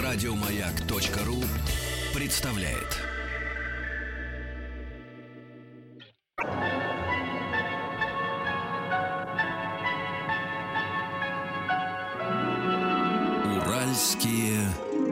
Радиомаяк.ру представляет. Уральские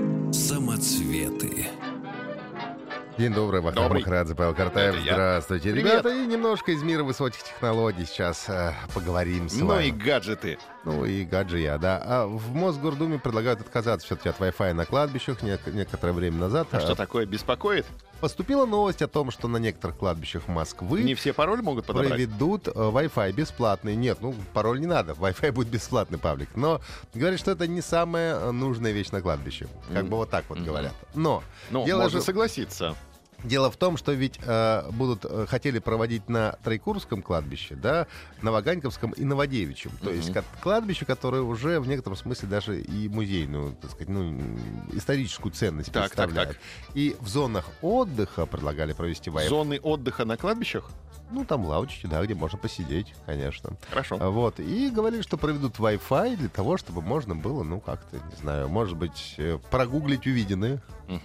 самоцветы. День добрый, Вахтанг Махарадзе, Павел Картаев. Здравствуйте, ребята. И немножко из мира высоких технологий сейчас поговорим с вами. Ну и гаджеты. Ну и гаджия, да. А в Мосгордуме предлагают отказаться все-таки от Wi-Fi на кладбищах некоторое время назад. А что такое беспокоит? Поступила новость о том, что на некоторых кладбищах Москвы не все пароль могут подобрать? Проведут Wi-Fi бесплатный. Нет, пароль не надо. Wi-Fi будет бесплатный, Павлик. Но говорят, что это не самая нужная вещь на кладбище. Как бы вот так вот говорят. Но можно согласиться. Дело в том, что ведь хотели проводить на Троекуровском кладбище, да, на Ваганьковском и Новодевичьем. То есть кладбище, которое уже в некотором смысле даже и музейную, так сказать, историческую ценность представляет. Так. И в зонах отдыха предлагали провести Wi-Fi. Зоны отдыха на кладбищах? Там лавочки, да, где можно посидеть, конечно. Хорошо. Вот. И говорили, что проведут Wi-Fi для того, чтобы можно было, как-то, не знаю, может быть, прогуглить увиденное.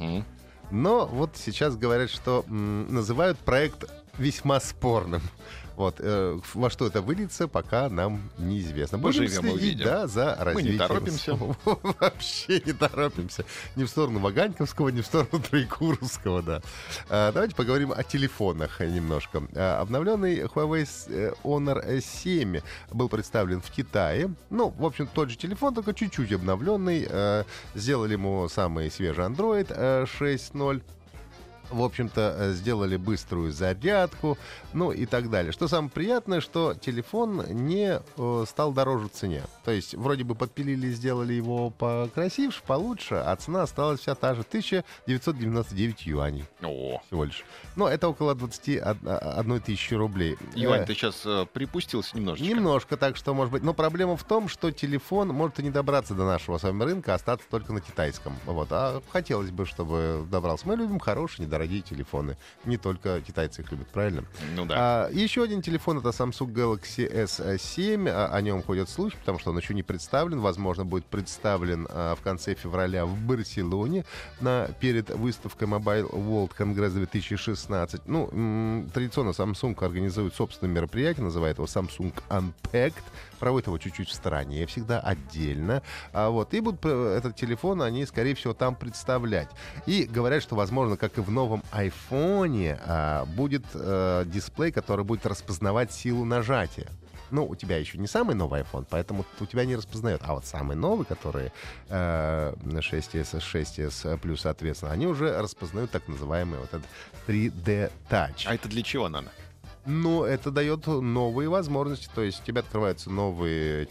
Но вот сейчас говорят, что называют проект весьма спорным. Вот. Во что это выльется, пока нам неизвестно. Будем следить, да, за развитием. Мы не торопимся. Вообще не торопимся. Ни в сторону Ваганьковского, ни в сторону Троекуровского, да. Давайте поговорим о телефонах немножко. Обновленный Huawei Honor 7 был представлен в Китае. В общем, тот же телефон, только чуть-чуть обновленный. Сделали ему самый свежий Android 6.0. В общем-то, сделали быструю зарядку, и так далее. Что самое приятное, что телефон не стал дороже в цене. То есть, вроде бы подпилили, сделали его покрасивше, получше, а цена осталась вся та же. 1999 юаней. Всего лишь. Но это около 21 тысячи рублей. Юань, ты сейчас припустился немножечко. Немножко, так что, может быть. Но проблема в том, что телефон может и не добраться до нашего с вами рынка, а остаться только на китайском. Вот. А хотелось бы, чтобы добрался. Мы любим хорошие, недорогие телефоны. Не только китайцы их любят, правильно? Да. Еще один телефон — это Samsung Galaxy S7. О нем ходят слухи, потому что он еще не представлен. Возможно, будет представлен в конце февраля в Барселоне перед выставкой Mobile World Congress 2016. Традиционно Samsung организует собственное мероприятие, называет его Samsung Unpacked. Проводит его чуть-чуть в стороне, всегда отдельно. И будут этот телефон они, скорее всего, там представлять. И говорят, что, возможно, как и в новом айфоне, будет дисплей, который будет распознавать силу нажатия. У тебя еще не самый новый iPhone, поэтому у тебя не распознает. А вот самый новый, который 6s, 6s Plus, соответственно, они уже распознают так называемый этот 3D Touch. А это для чего надо? Это дает новые возможности. То есть у тебя открываются новые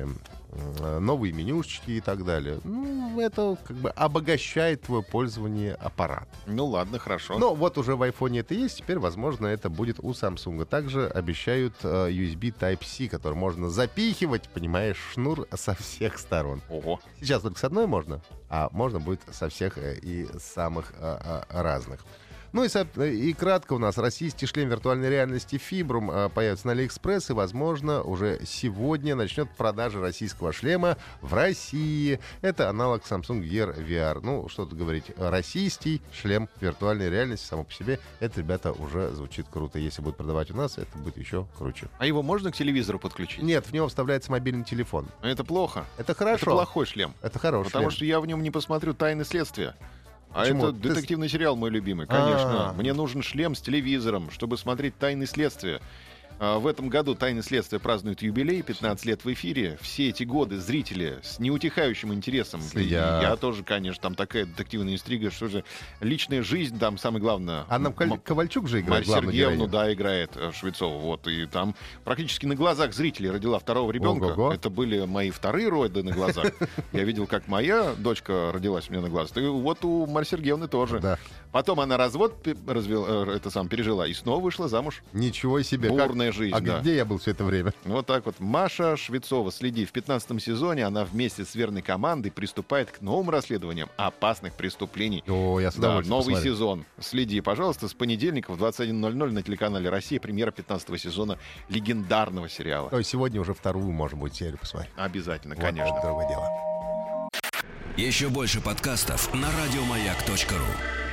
новые менюшечки и так далее. Это как бы обогащает твое пользование аппаратом. Ладно, хорошо. Но вот уже в айфоне это есть, теперь, возможно, это будет у Samsung. Также обещают USB Type-C, который можно запихивать, понимаешь, шнур со всех сторон. Ого. Сейчас только с одной можно, а можно будет со всех и самых разных. И кратко у нас российский шлем виртуальной реальности Fibrum появится на AliExpress, и, возможно, уже сегодня начнет продажи российского шлема в России. Это аналог Samsung Gear VR. Что тут говорить, российский шлем виртуальной реальности само по себе, это, ребята, уже звучит круто. Если будут продавать у нас, это будет еще круче. А его можно к телевизору подключить? Нет, в него вставляется мобильный телефон. Это плохо. Это хорошо. Это плохой шлем. Это хороший шлем. Потому что я в нем не посмотрю «Тайны следствия». Почему? Это детективный сериал мой любимый, конечно. Мне нужен шлем с телевизором, чтобы смотреть «Тайны следствия». В этом году «Тайны следствия» празднуют юбилей, 15 лет в эфире. Все эти годы зрители с неутихающим интересом. Я тоже, конечно, там такая детективная интрига, что же личная жизнь, там самое главное. А нам Ковальчук же играет главную героиню. Сергеевну, играет Швецова. И там практически на глазах зрителей родила второго ребенка. Ого-го. Это были мои вторые роды на глазах. Я видел, как моя дочка родилась у меня на глазах. И вот у Марьи Сергеевны тоже. Да. Потом она развод пережила и снова вышла замуж. Ничего себе. Бурная жизнь. А где я был все это время? Вот так вот. Маша Швецова, следи. В 15-м сезоне она вместе с верной командой приступает к новым расследованиям опасных преступлений. Я с удовольствием новый посмотрю. сезон. Следи, пожалуйста, с понедельника в 21:00 на телеканале «Россия». Премьера 15-го сезона легендарного сериала. То есть сегодня уже вторую, может быть, серию посмотреть. Обязательно, Вот конечно. другое дело. Еще больше подкастов на радиомаяк.ру.